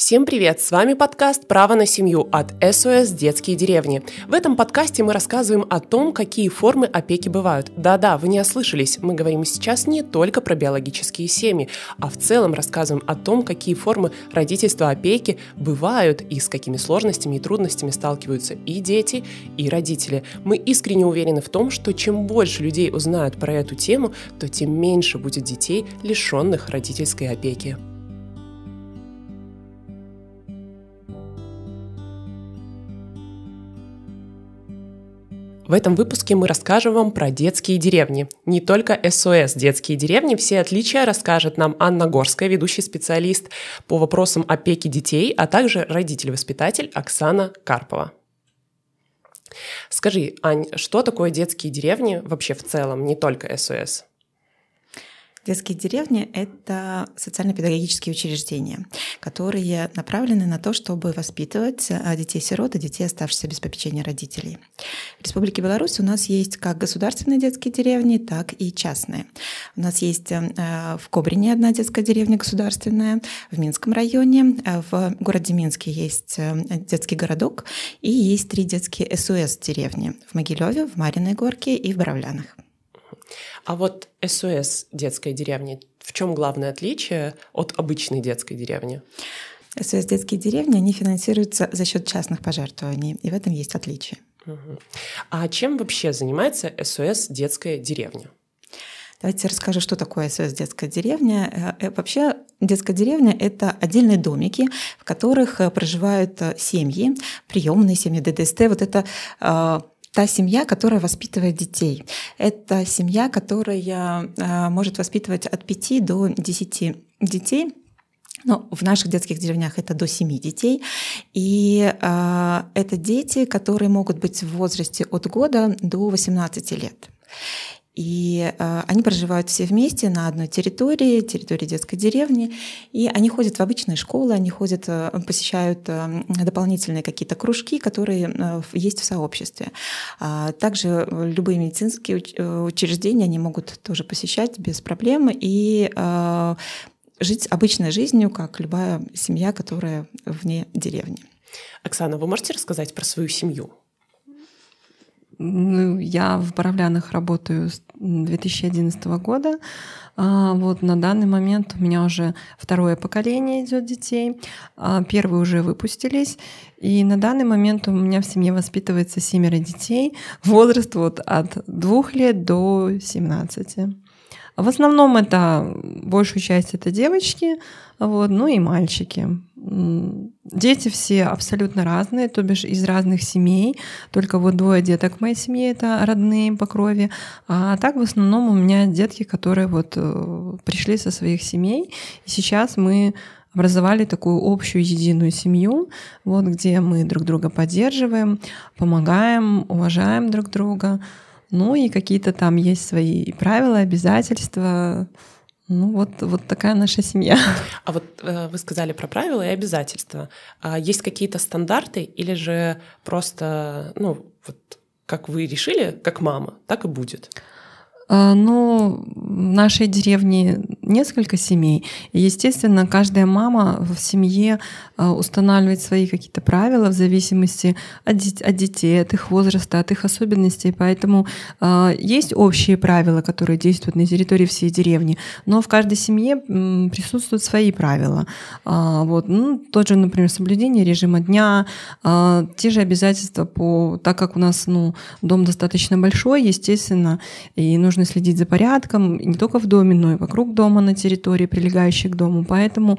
Всем привет! С вами подкаст «Право на семью» от СОС «Детские деревни». В этом подкасте мы рассказываем о том, какие формы опеки бывают. Да-да, вы не ослышались, мы говорим сейчас не только про биологические семьи, а в целом рассказываем о том, какие формы родительства опеки бывают и с какими сложностями и трудностями сталкиваются и дети, и родители. Мы искренне уверены в том, что чем больше людей узнают про эту тему, то тем меньше будет детей, лишенных родительской опеки. В этом выпуске мы расскажем вам про детские деревни. Не только СОС «Детские деревни», все отличия расскажет нам Анна Горская, ведущий специалист по вопросам опеки детей, а также родитель-воспитатель Оксана Карпова. Скажи, Ань, что такое детские деревни вообще в целом, не только СОС? Детские деревни — это социально-педагогические учреждения, которые направлены на то, чтобы воспитывать детей-сирот и детей, оставшихся без попечения родителей. В Республике Беларусь у нас есть как государственные детские деревни, так и частные. У нас есть в Кобрине одна детская деревня государственная, в Минском районе, в городе Минске есть детский городок и есть 3 детские СОС-деревни в Могилеве, в Мариной Горке и в Боровлянах. А вот СОС «Детская деревня», в чем главное отличие от обычной детской деревни? СОС «Детские деревни», они финансируются за счет частных пожертвований, и в этом есть отличие. А чем вообще занимается СОС «Детская деревня»? Давайте расскажу, что такое СОС «Детская деревня». Вообще детская деревня — это отдельные домики, в которых проживают семьи, приемные семьи, ДДСТ. Вот это та семья, которая воспитывает детей. Это семья, которая может воспитывать от 5 до 10 детей. Но в наших детских деревнях это до 7 детей. И это дети, которые могут быть в возрасте от года до 18 лет. И они проживают все вместе на одной территории детской деревни, и они ходят в обычные школы, они посещают дополнительные какие-то кружки, которые есть в сообществе. Также любые медицинские учреждения они могут тоже посещать без проблем и жить обычной жизнью, как любая семья, которая вне деревни. Оксана, вы можете рассказать про свою семью? Я в Боровлянах работаю с 2011 года. Вот на данный момент у меня уже 2-е поколение идет детей. Первые уже выпустились. И на данный момент у меня в семье воспитывается 7 детей. Возраст от 2 лет до 17. В основном это большую часть это девочки, ну и мальчики. Дети все абсолютно разные, то бишь из разных семей. Только 2 деток в моей семье — это родные по крови. А так в основном у меня детки, которые пришли со своих семей. И сейчас мы образовали такую общую единую семью, где мы друг друга поддерживаем, помогаем, уважаем друг друга. Ну и какие-то там есть свои правила, обязательства. Вот такая наша семья. А вы сказали про правила и обязательства. Есть какие-то стандарты или же просто, как вы решили, как мама, так и будет? В нашей деревне несколько семей. И, естественно, каждая мама в семье устанавливает свои какие-то правила в зависимости от детей, от их возраста, от их особенностей. Поэтому есть общие правила, которые действуют на территории всей деревни, но в каждой семье присутствуют свои правила. Тот же, например, соблюдение режима дня, те же обязательства так как у нас дом достаточно большой, естественно, и нужно следить за порядком не только в доме, но и вокруг дома, на территории, прилегающей к дому. Поэтому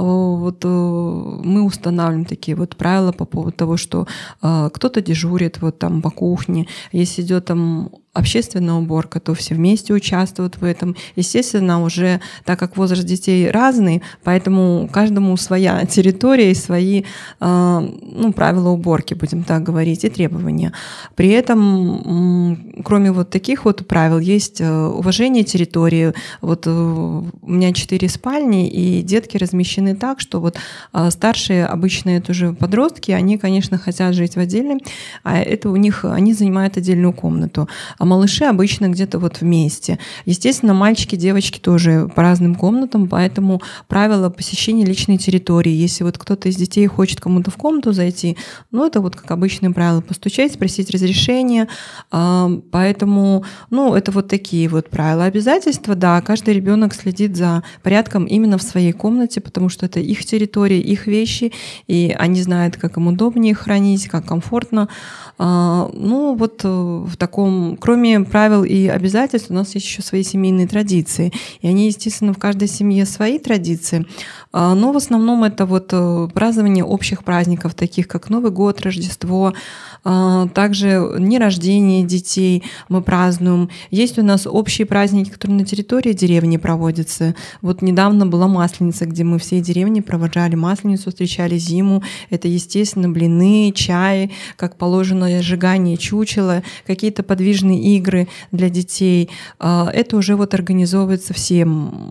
мы устанавливаем такие правила по поводу того, что кто-то дежурит по кухне. Если идет общественная уборка, то все вместе участвуют в этом. Естественно, уже так как возраст детей разный, поэтому каждому своя территория и свои правила уборки, будем так говорить, и требования. При этом, кроме таких правил, есть уважение территории. У меня 4 спальни, и детки размещены так, что старшие, обычные тоже подростки, они, конечно, хотят жить в отдельном, а это у них, они занимают отдельную комнату. а малыши обычно где-то вот вместе. Естественно, мальчики, девочки тоже по разным комнатам, поэтому правила посещения личной территории. Если вот кто-то из детей хочет кому-то в комнату зайти, ну, это вот как обычные правила: постучать, спросить разрешение. Поэтому, ну, это вот такие вот правила. Обязательства, да, каждый ребенок следит за порядком именно в своей комнате, потому что это их территория, их вещи, и они знают, как им удобнее хранить, как комфортно. Ну, вот в таком, кроме правил и обязательств, у нас есть еще свои семейные традиции. И они, естественно, в каждой семье свои традиции. Но в основном это вот празднование общих праздников, таких как Новый год, Рождество, также дни рождения детей мы празднуем. Есть у нас общие праздники, которые на территории деревни проводятся. Вот недавно была Масленица, где мы всей деревни провожали Масленицу, встречали зиму. Это, естественно, блины, чай, как положено, сжигание чучела, какие-то подвижные игры для детей. Это уже вот организовывается всей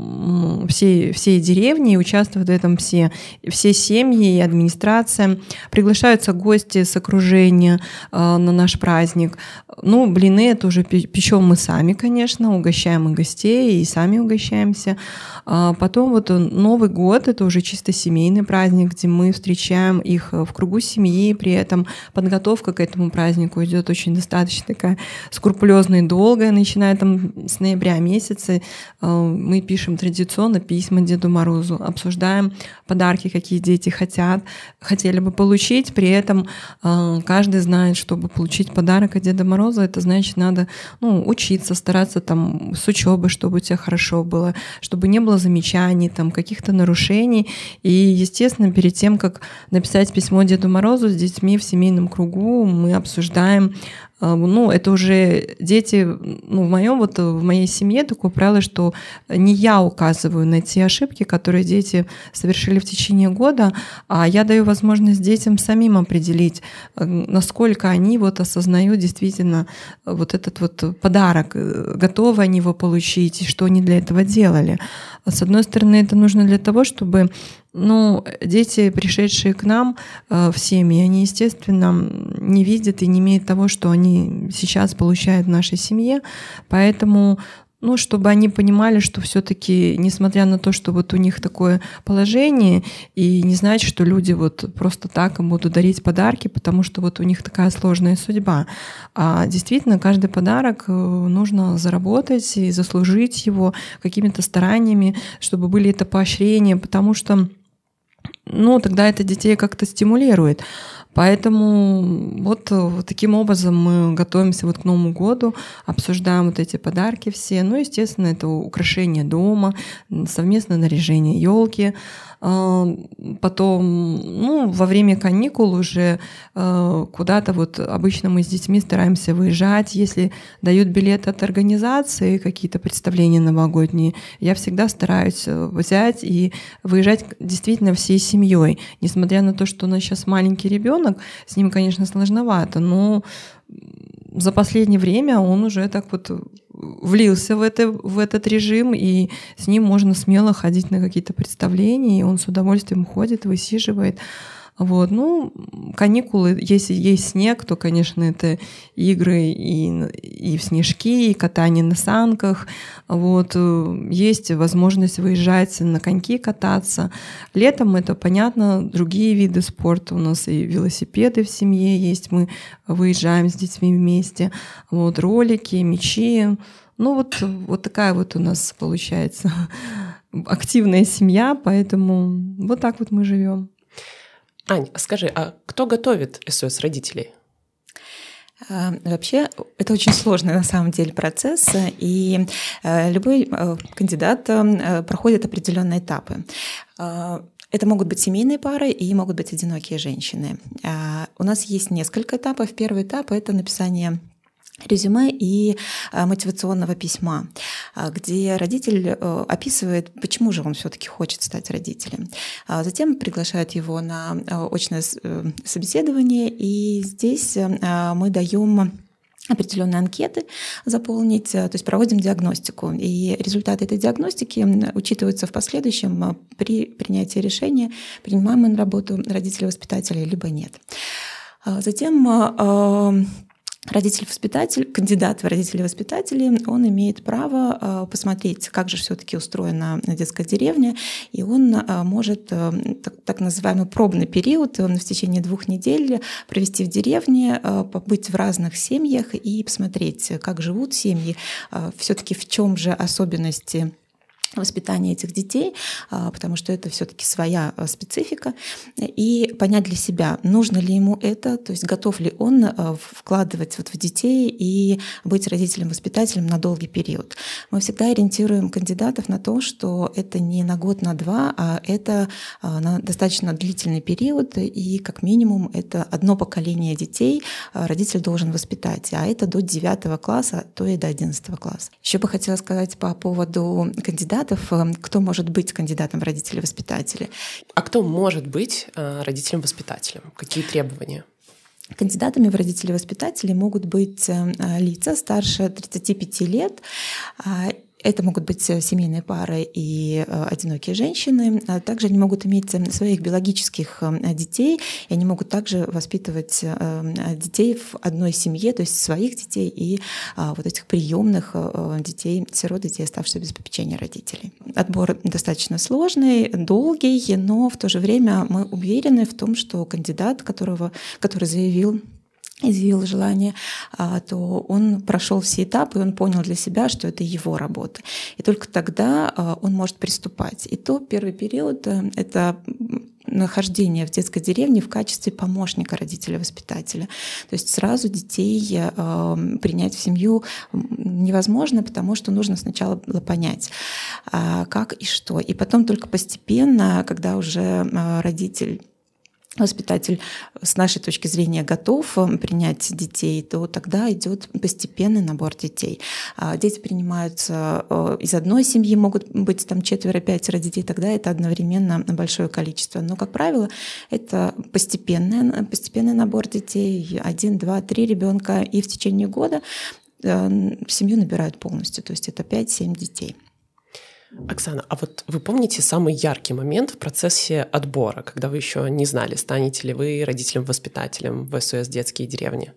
деревни, и участвуют в этом все семьи и администрация. Приглашаются гости с окружения на наш праздник. Ну, блины это уже печем мы сами, конечно, угощаем и гостей, и сами угощаемся. Потом вот Новый год — это уже чисто семейный праздник, где мы встречаем их в кругу семьи, при этом подготовка к этому празднику идет очень достаточно такая скрупулезная и долгая, начиная там с ноября месяца. Мы пишем традиционно письма Деду Морозу, обсуждаем подарки, какие дети хотели бы получить, при этом каждый знает, чтобы получить подарок от Деда Мороза, это значит, надо учиться, стараться там с учебы, чтобы у тебя хорошо было, чтобы не было замечаний, там, каких-то нарушений. И, естественно, перед тем, как написать письмо Деду Морозу, с детьми в семейном кругу мы обсуждаем. Это уже дети, в моей семье такое правило, что не я указываю на те ошибки, которые дети совершили в течение года, а я даю возможность детям самим определить, насколько они вот осознают действительно вот этот вот подарок, готовы они его получить, и что они для этого делали. С одной стороны, это нужно для того, чтобы дети, пришедшие к нам в семьи, они, естественно, не видят и не имеют того, что они сейчас получают в нашей семье. Поэтому, чтобы они понимали, что все-таки, несмотря на то, что вот у них такое положение, и не значит, что люди вот просто так им будут дарить подарки, потому что вот у них такая сложная судьба. А действительно, каждый подарок нужно заработать и заслужить его какими-то стараниями, чтобы были это поощрения, потому что тогда это детей как-то стимулирует. Поэтому вот таким образом мы готовимся вот к Новому году, обсуждаем вот эти подарки все. Естественно, это украшение дома, совместное наряжение елки. Потом, во время каникул уже куда-то вот обычно мы с детьми стараемся выезжать. Если дают билеты от организации, какие-то представления новогодние, я всегда стараюсь взять и выезжать действительно всей семьей. Несмотря на то, что у нас сейчас маленький ребенок, с ним, конечно, сложновато, но за последнее время он уже так вот влился в этот режим, и с ним можно смело ходить на какие-то представления, и он с удовольствием ходит, высиживает. Каникулы, если есть снег, то, конечно, это игры и в снежки, и катание на санках. Есть возможность выезжать на коньки кататься. Летом это, понятно, другие виды спорта. У нас и велосипеды в семье есть, мы выезжаем с детьми вместе. Ролики, мячи. Вот такая вот у нас получается активная семья, поэтому вот так вот мы живем. Ань, скажи, а кто готовит СОС родителей? Вообще, это очень сложный на самом деле процесс, и любой кандидат проходит определенные этапы. Это могут быть семейные пары и могут быть одинокие женщины. У нас есть несколько этапов. Первый этап — это написание резюме и мотивационного письма, где родитель описывает, почему же он все-таки хочет стать родителем. Затем приглашают его на очное собеседование, и здесь мы даем определенные анкеты заполнить, то есть проводим диагностику. И результаты этой диагностики учитываются в последующем при принятии решения, принимаем мы на работу родителей-воспитателей, либо нет. Затем родитель-воспитатель, кандидат в родители-воспитатели, он имеет право посмотреть, как же все-таки устроена детская деревня, и он может так называемый пробный период, он в течение 2 недель провести в деревне, побыть в разных семьях и посмотреть, как живут семьи, все-таки в чем же особенности воспитание этих детей, потому что это все-таки своя специфика, и понять для себя, нужно ли ему это, то есть готов ли он вкладывать в детей и быть родителем-воспитателем на долгий период. Мы всегда ориентируем кандидатов на то, что это не на год, на 2, а это на достаточно длительный период, и как минимум это одно поколение детей родитель должен воспитать, а это до 9 класса, то и до 11 класса. Еще бы хотела сказать по поводу кандидатов, кто может быть кандидатом в родители-воспитатели. А кто может быть родителем-воспитателем? Какие требования? Кандидатами в родители-воспитатели могут быть лица старше 35 лет. Это могут быть семейные пары и одинокие женщины. Также они могут иметь своих биологических детей, и они могут также воспитывать детей в одной семье, то есть своих детей и вот этих приемных детей, сирот, детей, оставшихся без попечения родителей. Отбор достаточно сложный, долгий, но в то же время мы уверены в том, что кандидат, который заявил желание, то он прошел все этапы, и он понял для себя, что это его работа. И только тогда он может приступать. И то первый период — это нахождение в детской деревне в качестве помощника родителя-воспитателя. То есть сразу детей принять в семью невозможно, потому что нужно сначала понять, как и что. И потом только постепенно, когда уже воспитатель с нашей точки зрения готов принять детей, то тогда идет постепенный набор детей. Дети принимаются из одной семьи, могут быть там 4-5 детей, тогда это одновременно большое количество. Но, как правило, это постепенный набор детей, 1, 2, 3 ребенка, и в течение года семью набирают полностью, то есть это 5-7 детей. Оксана, а вот вы помните самый яркий момент в процессе отбора, когда вы еще не знали, станете ли вы родителем-воспитателем в СОС «Детские деревни»?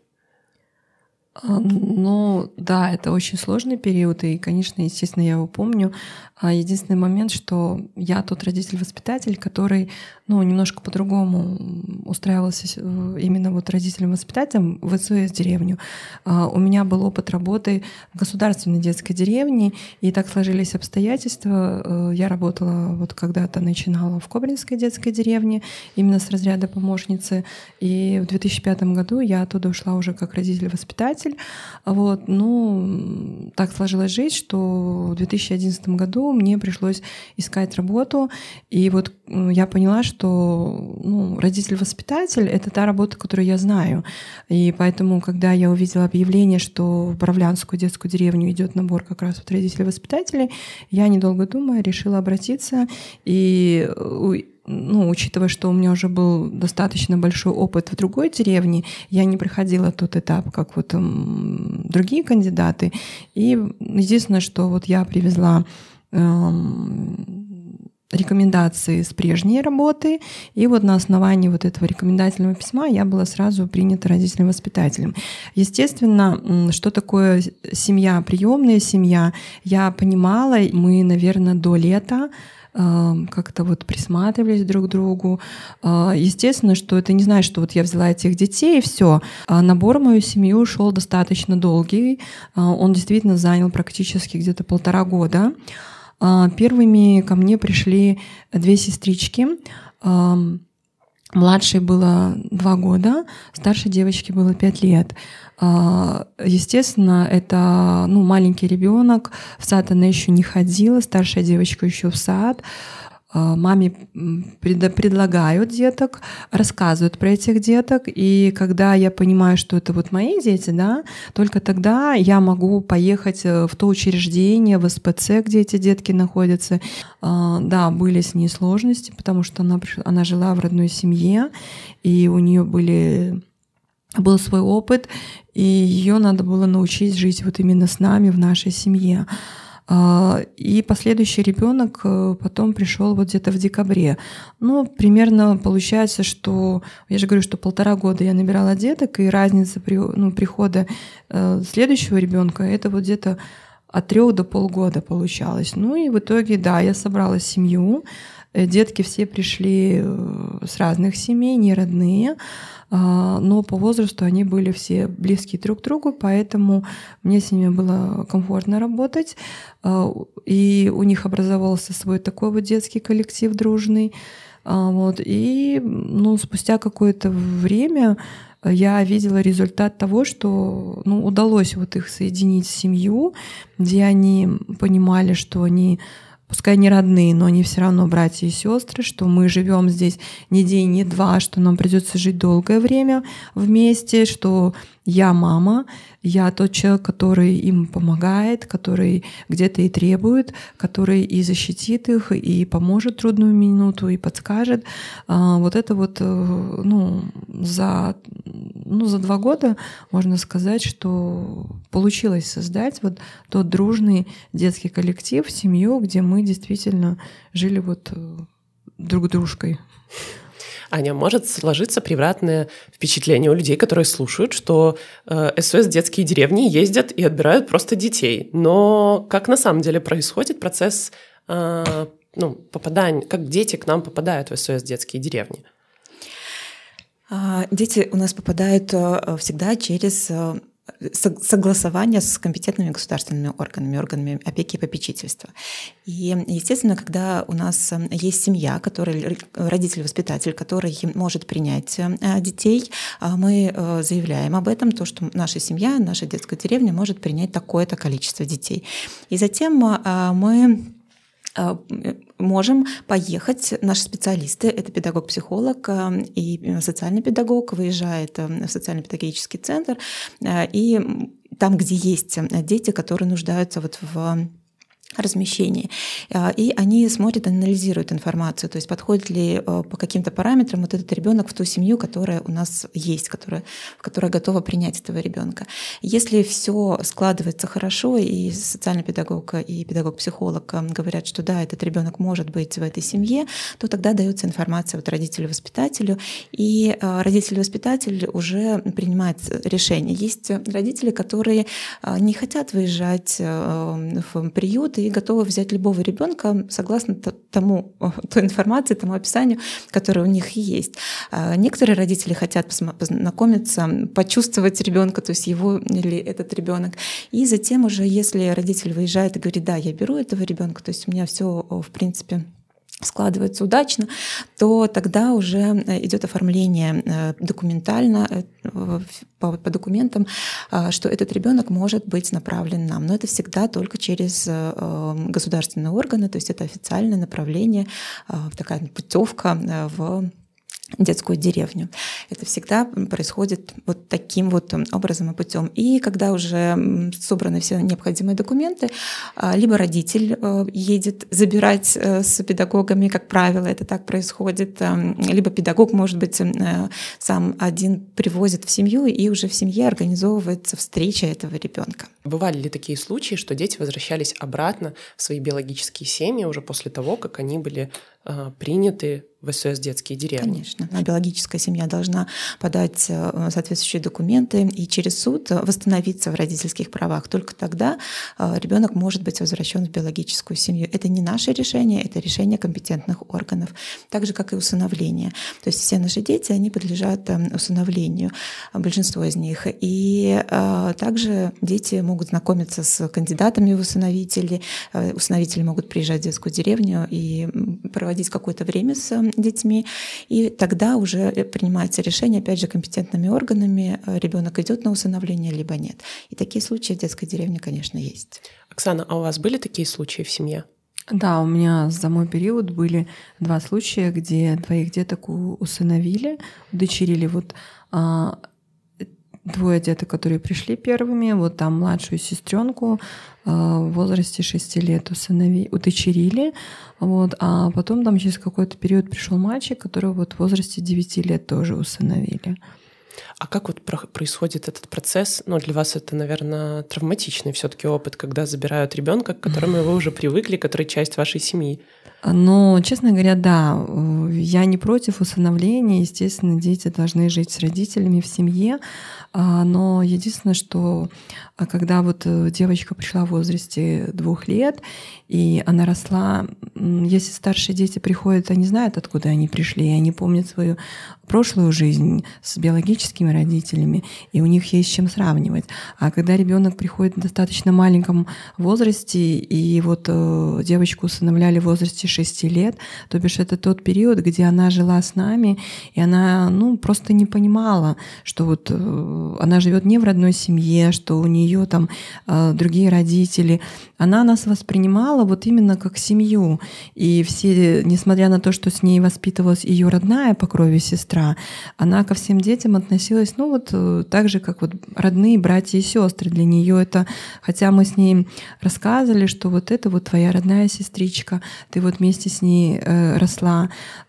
Ну да, это очень сложный период, и, конечно, естественно, я его помню. Единственный момент, что я тот родитель-воспитатель, который немножко по-другому устраивался именно вот родителем-воспитателем в СОС деревню. У меня был опыт работы в государственной детской деревне, и так сложились обстоятельства. Я работала вот когда-то, начинала в Кобринской детской деревне, именно с разряда помощницы, и в 2005 году я оттуда ушла уже как родитель-воспитатель. Вот, так сложилась жизнь, что в 2011 году мне пришлось искать работу, и вот я поняла, что родитель-воспитатель — это та работа, которую я знаю. И поэтому, когда я увидела объявление, что в Боровлянскую детскую деревню идет набор как раз вот родителей-воспитателей, я, недолго думая, решила обратиться. И учитывая, что у меня уже был достаточно большой опыт в другой деревне, я не проходила тот этап, как вот другие кандидаты. И единственное, что вот я привезла рекомендации с прежней работы, и вот на основании вот этого рекомендательного письма я была сразу принята родителем-воспитателем. Естественно, что такое семья, приемная семья, я понимала, мы, наверное, до лета как-то вот присматривались друг к другу. Естественно, что это не значит, что вот я взяла этих детей и все. Набор в мою семью шел достаточно долгий. Он действительно занял практически где-то 1,5 года. Первыми ко мне пришли 2 сестрички. Младшей было 2 года, старшей девочке было 5 лет. Естественно, это маленький ребенок, в сад она еще не ходила, старшая девочка еще в сад. Маме предлагают деток, рассказывают про этих деток, и когда я понимаю, что это вот мои дети, только тогда я могу поехать в то учреждение, в СПЦ, где эти детки находятся. Да, были с ней сложности, потому что она жила в родной семье, и у нее был свой опыт, и ее надо было научить жить вот именно с нами в нашей семье. И последующий ребенок потом пришел вот где-то в декабре. Ну, примерно получается, что, я же говорю, что 1,5 года я набирала деток, и разница прихода следующего ребенка это вот где-то от 3 до полгода получалось. Ну и в итоге, да, я собрала семью. Детки все пришли с разных семей, не родные, но по возрасту они были все близкие друг к другу, поэтому мне с ними было комфортно работать. И у них образовался свой такой вот детский коллектив дружный. Вот. И спустя какое-то время я видела результат того, что удалось вот их соединить в семью, где они понимали, что они, пускай не родные, но они все равно братья и сестры, что мы живем здесь не день, не два, что нам придется жить долгое время вместе, что я мама, я тот человек, который им помогает, который где-то и требует, который и защитит их, и поможет в трудную минуту, и подскажет. Вот это вот, за 2 года можно сказать, что получилось создать вот тот дружный детский коллектив, семью, где мы действительно жили вот друг дружкой. Аня, может сложиться превратное впечатление у людей, которые слушают, что СОС детские деревни ездят и отбирают просто детей. Но как на самом деле происходит процесс попадания, как дети к нам попадают в СОС детские деревни? Дети у нас попадают всегда через согласование с компетентными государственными органами опеки и попечительства. И, естественно, когда у нас есть семья, родитель-воспитатель, который может принять детей, мы заявляем об этом, то, что наша семья, наша детская деревня может принять такое-то количество детей. И затем мы можем поехать, наши специалисты, это педагог-психолог и социальный педагог, выезжает в социально-педагогический центр, и там, где есть дети, которые нуждаются вот в размещении. И они смотрят, анализируют информацию, то есть подходит ли по каким-то параметрам вот этот ребенок в ту семью, которая у нас есть, которая готова принять этого ребенка. Если все складывается хорошо, и социальный педагог и педагог-психолог говорят, что да, этот ребенок может быть в этой семье, то тогда дается информация вот родителю-воспитателю, и родитель-воспитатель уже принимает решение. Есть родители, которые не хотят выезжать в приют и готовы взять любого ребенка согласно той информации, тому описанию, которое у них есть. Некоторые родители хотят познакомиться, почувствовать ребенка, то есть его или этот ребенок. И затем уже, если родитель выезжает и говорит, да, я беру этого ребенка, то есть у меня все в принципе складывается удачно, то тогда уже идет оформление документально по документам, что этот ребенок может быть направлен нам. Но это всегда только через государственные органы, то есть это официальное направление, такая путевка в детскую деревню. Это всегда происходит вот таким вот образом и путем. И когда уже собраны все необходимые документы, либо родитель едет забирать с педагогами, как правило, это так происходит, либо педагог, может быть, сам один привозит в семью, и уже в семье организовывается встреча этого ребенка. Бывали ли такие случаи, что дети возвращались обратно в свои биологические семьи уже после того, как они были приняты в СОС детские деревни? Конечно. Биологическая семья должна подать соответствующие документы и через суд восстановиться в родительских правах. Только тогда ребенок может быть возвращен в биологическую семью. Это не наше решение, это решение компетентных органов. Так же, как и усыновление. То есть все наши дети, они подлежат усыновлению, большинство из них. И также дети могут знакомиться с кандидатами в усыновители. Усыновители могут приезжать в детскую деревню и проводить какое-то время с детьми, и тогда уже принимается решение, опять же, компетентными органами, ребенок идет на усыновление, либо нет. И такие случаи в детской деревне, конечно, есть. Оксана, а у вас были такие случаи в семье? Да, у меня за мой период были 2 случая, где 2 деток усыновили, удочерили. Вот 2 деток, которые пришли первыми, вот там младшую сестренку в возрасте 6 лет удочерили, вот, а потом там через какой-то период пришел мальчик, которого вот в возрасте 9 лет тоже усыновили. А как вот происходит этот процесс? Ну, для вас это, наверное, травматичный все-таки опыт, когда забирают ребенка, к которому вы уже привыкли, который часть вашей семьи. Но, честно говоря, да, я не против усыновления. Естественно, дети должны жить с родителями в семье. Но единственное, что когда вот девочка пришла в возрасте 2 лет, и она росла, если старшие дети приходят, они знают, откуда они пришли, они помнят свою прошлую жизнь с биологическими родителями, и у них есть с чем сравнивать. А когда ребенок приходит в достаточно маленьком возрасте, и вот девочку усыновляли в возрасте 6 лет, то бишь это тот период, где она жила с нами, и она просто не понимала, что вот она живет не в родной семье, что у нее там другие родители. Она нас воспринимала вот именно как семью. И все, несмотря на то, что с ней воспитывалась ее родная по крови сестра, она ко всем детям относилась, так же, как вот родные братья и сестры. Для нее это, хотя мы с ней рассказывали, что вот это вот твоя родная сестричка, ты вот вместе с ней росла,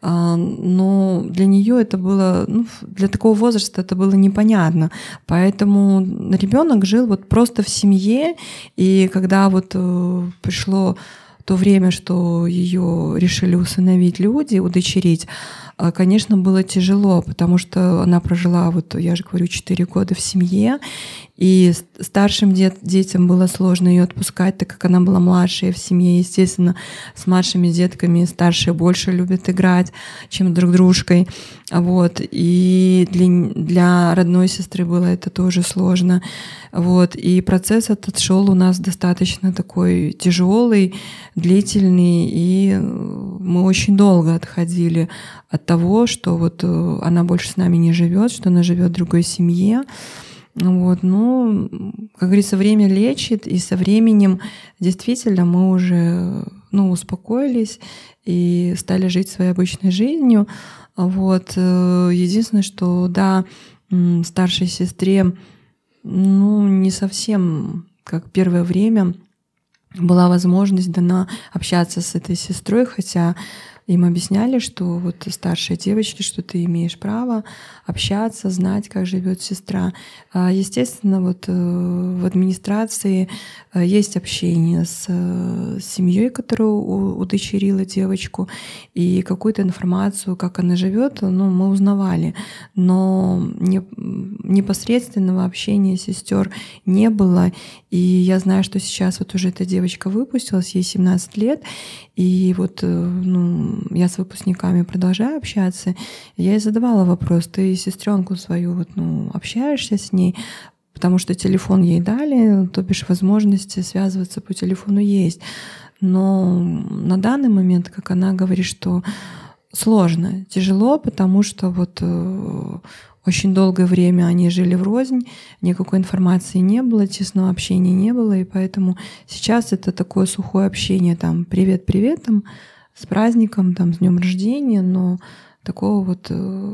но для нее это было, для такого возраста это было непонятно. Поэтому ребенок жил вот просто в семье, и когда вот пришло то время, что ее решили усыновить люди, удочерить, конечно, было тяжело, потому что она прожила, вот я же говорю, 4 года в семье, и старшим детям было сложно ее отпускать, так как она была младшая в семье. Естественно, с младшими детками старшие больше любят играть, чем друг дружкой. Вот. И для родной сестры было это тоже сложно. Вот. И процесс этот шел у нас достаточно такой тяжелый, длительный, и мы очень долго отходили от того, что вот она больше с нами не живет, что она живет в другой семье. Вот, как говорится, время лечит, и со временем действительно мы уже успокоились и стали жить своей обычной жизнью. Вот. Единственное, что да, старшей сестре не совсем, как первое время, была возможность дана общаться с этой сестрой, хотя им объясняли, что вот старшие девочки, что ты имеешь право общаться, знать, как живет сестра. Естественно, вот в администрации есть общение с семьей, которая удочерила девочку, и какую-то информацию, как она живет, мы узнавали. Но непосредственного общения сестер не было. И я знаю, что сейчас вот уже эта девочка выпустилась, ей 17 лет, и вот я с выпускниками продолжаю общаться. Я ей задавала вопрос: ты сестренку свою общаешься с ней? Потому что телефон ей дали, то бишь возможности связываться по телефону есть. Но на данный момент, как она говорит, что сложно, тяжело, потому что вот очень долгое время они жили врознь, никакой информации не было, тесного общения не было, и поэтому сейчас это такое сухое общение, там привет-привет, там с праздником, там с днем рождения, но такого вот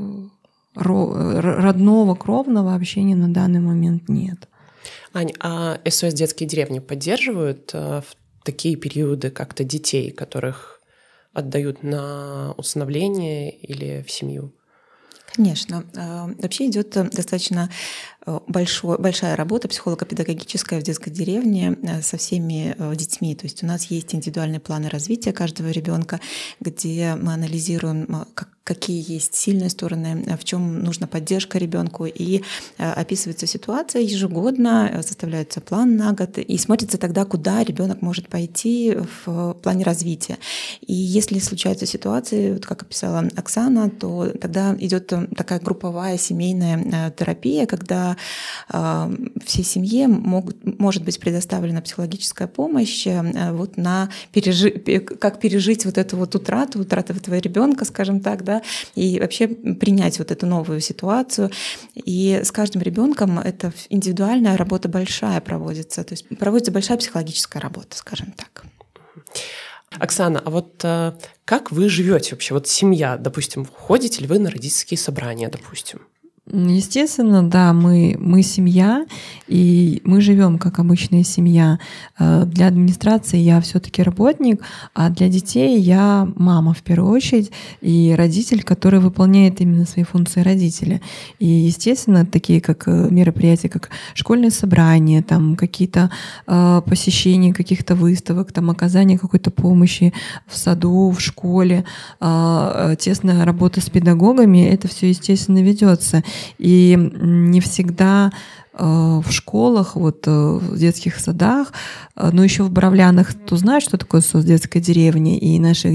родного, кровного общения на данный момент нет. Ань, а СОС детские деревни поддерживают в такие периоды как-то детей, которых отдают на усыновление или в семью? Конечно. Вообще идет достаточно большая работа психолого-педагогическая в детской деревне со всеми детьми. То есть у нас есть индивидуальные планы развития каждого ребенка, где мы анализируем, какие есть сильные стороны, в чем нужна поддержка ребенку, и описывается ситуация ежегодно, составляется план на год, и смотрится тогда, куда ребенок может пойти в плане развития. И если случаются ситуации, вот как описала Оксана, то тогда идет такая групповая семейная терапия, когда всей семье может быть предоставлена психологическая помощь вот как пережить вот эту вот утрату этого ребенка, скажем так, да, и вообще принять вот эту новую ситуацию. И с каждым ребенком эта индивидуальная работа большая проводится, то есть проводится большая психологическая работа, скажем так. Оксана, а вот как вы живете вообще? Вот семья, допустим, ходите ли вы на родительские собрания, допустим? Естественно, да, мы семья, и мы живем как обычная семья. Для администрации я все-таки работник, а для детей я мама в первую очередь и родитель, который выполняет именно свои функции родителя. И, естественно, такие как мероприятия, как школьные собрания, там какие-то посещения каких-то выставок, там оказание какой-то помощи в саду, в школе, тесная работа с педагогами, это все, естественно, ведется. И не всегда в школах, в детских садах, но еще в Боровлянах, кто знает, что такое СОС детская деревня, и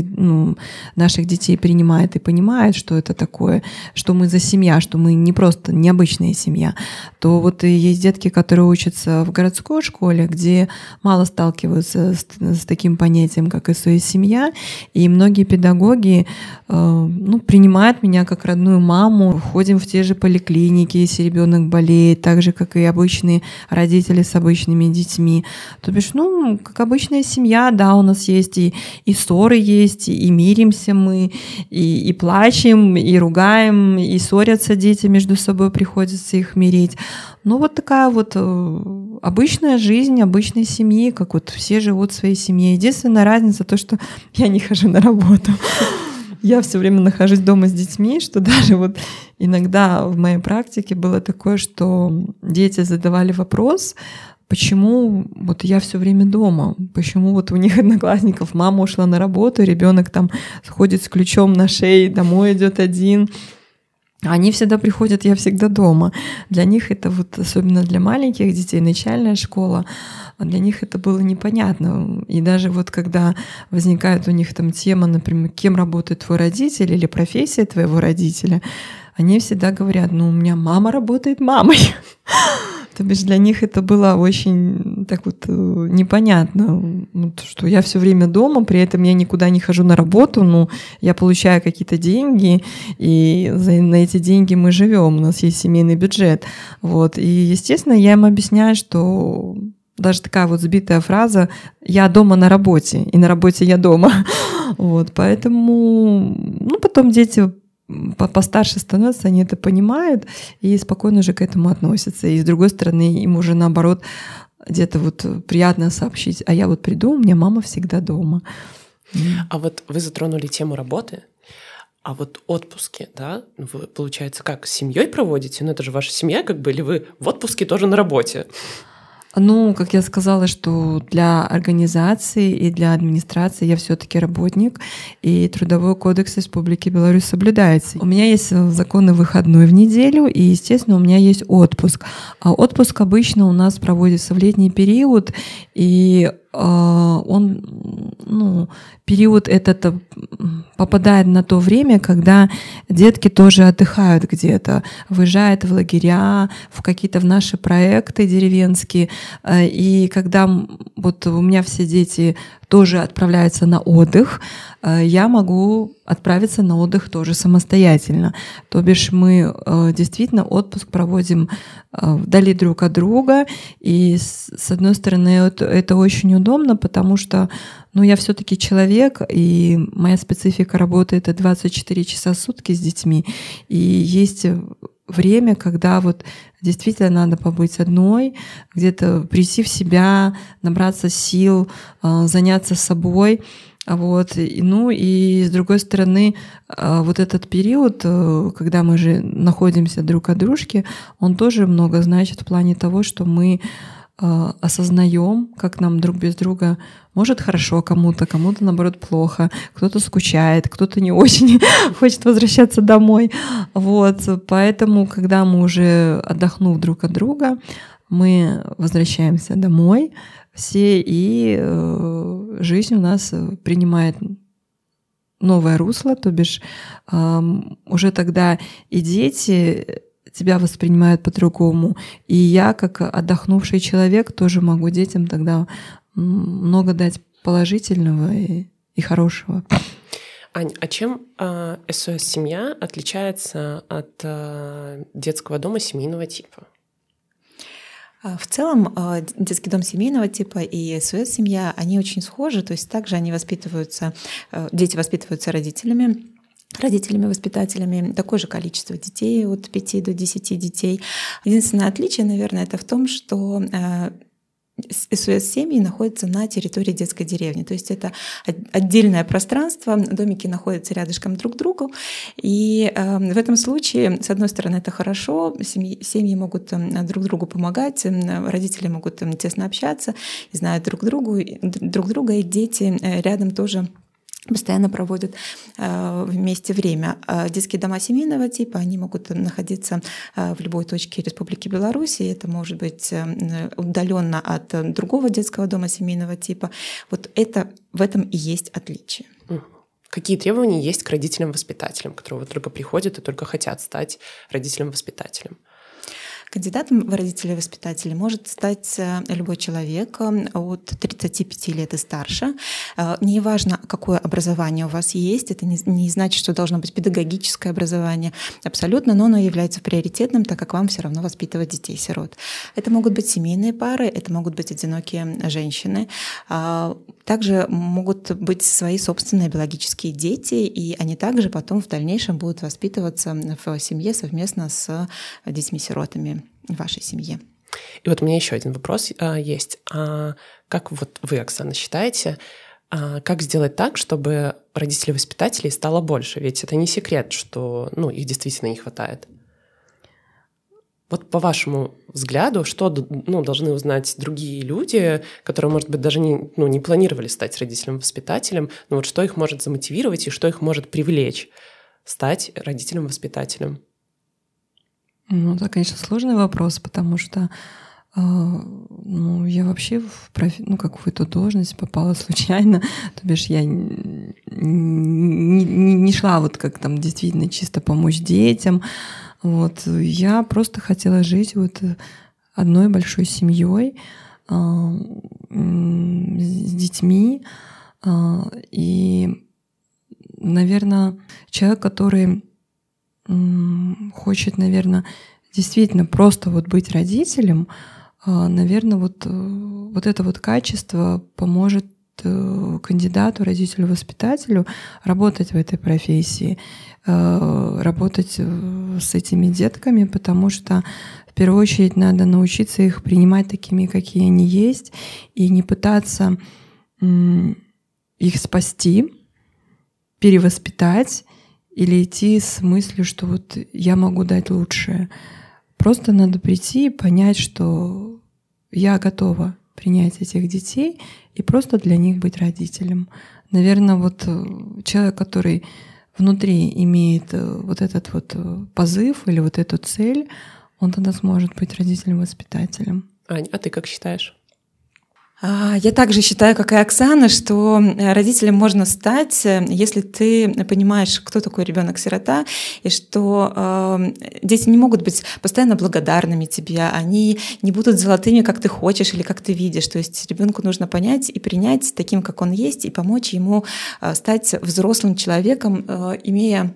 наших детей принимает и понимает, что это такое, что мы за семья, что мы не просто необычная семья, то и есть детки, которые учатся в городской школе, где мало сталкиваются с таким понятием, как СОС-семья, и многие педагоги принимают меня как родную маму, ходим в те же поликлиники, если ребенок болеет, так же, как и обычные родители с обычными детьми. То бишь, как обычная семья, да, у нас есть и ссоры есть, и миримся мы, и плачем, и ругаем, и ссорятся дети между собой, приходится их мирить. Такая обычная жизнь обычной семьи, как все живут в своей семье. Единственная разница то, что я не хожу на работу. Я все время нахожусь дома с детьми, что даже иногда в моей практике было такое, что дети задавали вопрос, почему я все время дома, почему у них одноклассников мама ушла на работу, ребенок там ходит с ключом на шее, домой идет один. Они всегда приходят, я всегда дома. Для них это особенно для маленьких детей, начальная школа, для них это было непонятно. И даже когда возникает у них там тема, например, кем работает твой родитель или профессия твоего родителя, они всегда говорят, у меня мама работает мамой. То бишь для них это было очень непонятно, что я все время дома, при этом я никуда не хожу на работу, я получаю какие-то деньги, и на эти деньги мы живем, у нас есть семейный бюджет. И, естественно, я им объясняю, что даже такая сбитая фраза «я дома на работе, и на работе я дома». Поэтому, потом дети постарше становятся, они это понимают и спокойно уже к этому относятся. И с другой стороны, им уже наоборот где-то приятно сообщить, а я приду, у меня мама всегда дома. А вы затронули тему работы, а отпуски, да, вы, получается, как, с семьей проводите? Это же ваша семья, или вы в отпуске тоже на работе? Как я сказала, что для организации и для администрации я все-таки работник, и Трудовой кодекс Республики Беларусь соблюдается. У меня есть законный выходной в неделю, и, естественно, у меня есть отпуск. А отпуск обычно у нас проводится в летний период, и период этот попадает на то время, когда детки тоже отдыхают где-то, выезжают в лагеря, в какие-то наши проекты деревенские. И когда у меня все дети тоже отправляются на отдых, я могу отправиться на отдых тоже самостоятельно. То бишь мы действительно отпуск проводим вдали друг от друга, и с одной стороны это очень удобно, потому что я все-таки человек, и моя специфика работы — это 24 часа в сутки с детьми, и есть время, когда действительно надо побыть одной, где-то прийти в себя, набраться сил, заняться собой. И с другой стороны, этот период, когда мы же находимся друг от дружки, он тоже много значит в плане того, что мы осознаем, как нам друг без друга может хорошо кому-то наоборот плохо, кто-то скучает, кто-то не очень хочет возвращаться домой. Поэтому, когда мы уже отдохнув друг от друга, мы возвращаемся домой все, и жизнь у нас принимает новое русло, то бишь уже тогда и дети тебя воспринимают по-другому. И я, как отдохнувший человек, тоже могу детям тогда много дать положительного и хорошего. Ань, а чем СОС-семья отличается от детского дома семейного типа? В целом детский дом семейного типа и СОС-семья, они очень схожи, то есть также дети воспитываются родителями, родителями-воспитателями такое же количество детей, от 5 до 10 детей. Единственное отличие, наверное, это в том, что СОС-семьи находятся на территории детской деревни. То есть это отдельное пространство, домики находятся рядышком друг к другу. И в этом случае, с одной стороны, это хорошо, семьи могут друг другу помогать, родители могут тесно общаться, знают друг друга, и дети рядом тоже постоянно проводят вместе время. Детские дома семейного типа, они могут находиться в любой точке Республики Беларусь, и это может быть удаленно от другого детского дома семейного типа. Вот это в этом и есть отличие. Какие требования есть к родителям-воспитателям, которые вот только приходят и только хотят стать родителем-воспитателем? Кандидатом в родители-воспитатели может стать любой человек от 35 лет и старше. Неважно, какое образование у вас есть, это не значит, что должно быть педагогическое образование абсолютно, но оно является приоритетным, так как вам все равно воспитывать детей-сирот. Это могут быть семейные пары, это могут быть одинокие женщины. Также могут быть свои собственные биологические дети, и они также потом в дальнейшем будут воспитываться в семье совместно с детьми-сиротами в вашей семье. И вот у меня еще один вопрос есть. Как вот вы, Оксана, считаете, как сделать так, чтобы родителей-воспитателей стало больше? Ведь это не секрет, что их действительно не хватает. Вот по вашему взгляду, что должны узнать другие люди, которые, может быть, даже не планировали стать родителем-воспитателем, но вот что их может замотивировать и что их может привлечь стать родителем-воспитателем? Это, конечно, сложный вопрос, потому что я вообще в эту должность попала случайно, то бишь я не шла вот как там действительно чисто помочь детям. Вот. Я просто хотела жить вот одной большой семьей с детьми. И, наверное, человек, который хочет, наверное, действительно просто вот быть родителем, наверное, вот это вот качество поможет кандидату, родителю-воспитателю работать в этой профессии, работать с этими детками, потому что в первую очередь надо научиться их принимать такими, какие они есть, и не пытаться их спасти, перевоспитать или идти с мыслью, что вот я могу дать лучшее. Просто надо прийти и понять, что я готова принять этих детей и просто для них быть родителем. Наверное, вот человек, который внутри имеет вот этот вот позыв или вот эту цель, он тогда сможет быть родителем-воспитателем. Ань, а ты как считаешь? Я также считаю, как и Оксана, что родителем можно стать, если ты понимаешь, кто такой ребенок-сирота, и что дети не могут быть постоянно благодарными тебе, они не будут золотыми, как ты хочешь или как ты видишь. То есть ребенку нужно понять и принять таким, как он есть, и помочь ему стать взрослым человеком, имея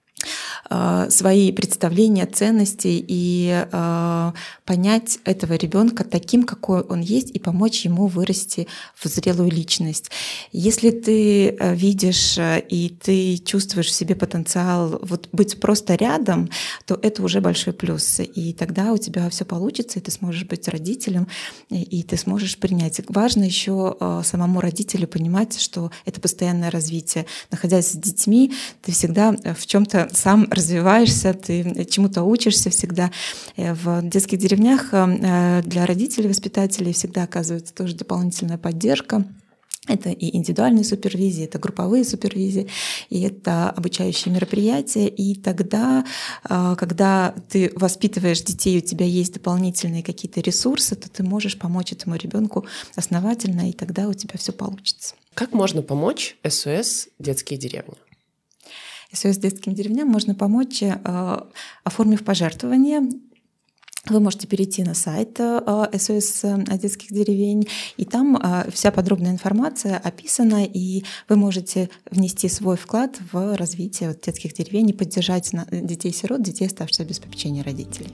свои представления, ценности и понять этого ребенка таким, какой он есть, и помочь ему вырасти в зрелую личность. Если ты видишь и ты чувствуешь в себе потенциал вот быть просто рядом, то это уже большой плюс. И тогда у тебя все получится, и ты сможешь быть родителем, и ты сможешь принять. Важно еще самому родителю понимать, что это постоянное развитие. Находясь с детьми, ты всегда в чем-то сам развиваешься, ты чему-то учишься всегда. В детских деревнях для родителей, воспитателей всегда оказывается тоже дополнительная поддержка. Это и индивидуальные супервизии, это групповые супервизии, и это обучающие мероприятия. И тогда, когда ты воспитываешь детей, у тебя есть дополнительные какие-то ресурсы, то ты можешь помочь этому ребенку основательно, и тогда у тебя все получится. Как можно помочь СОС «Детские деревни»? СОС детским деревням можно помочь, оформив пожертвование. Вы можете перейти на сайт СОС детских деревень, и там вся подробная информация описана, и вы можете внести свой вклад в развитие детских деревень и поддержать детей-сирот, детей, оставшихся без попечения родителей.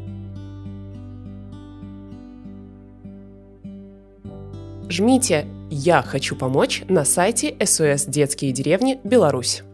Жмите «Я хочу помочь» на сайте SOS Детские деревни Беларусь.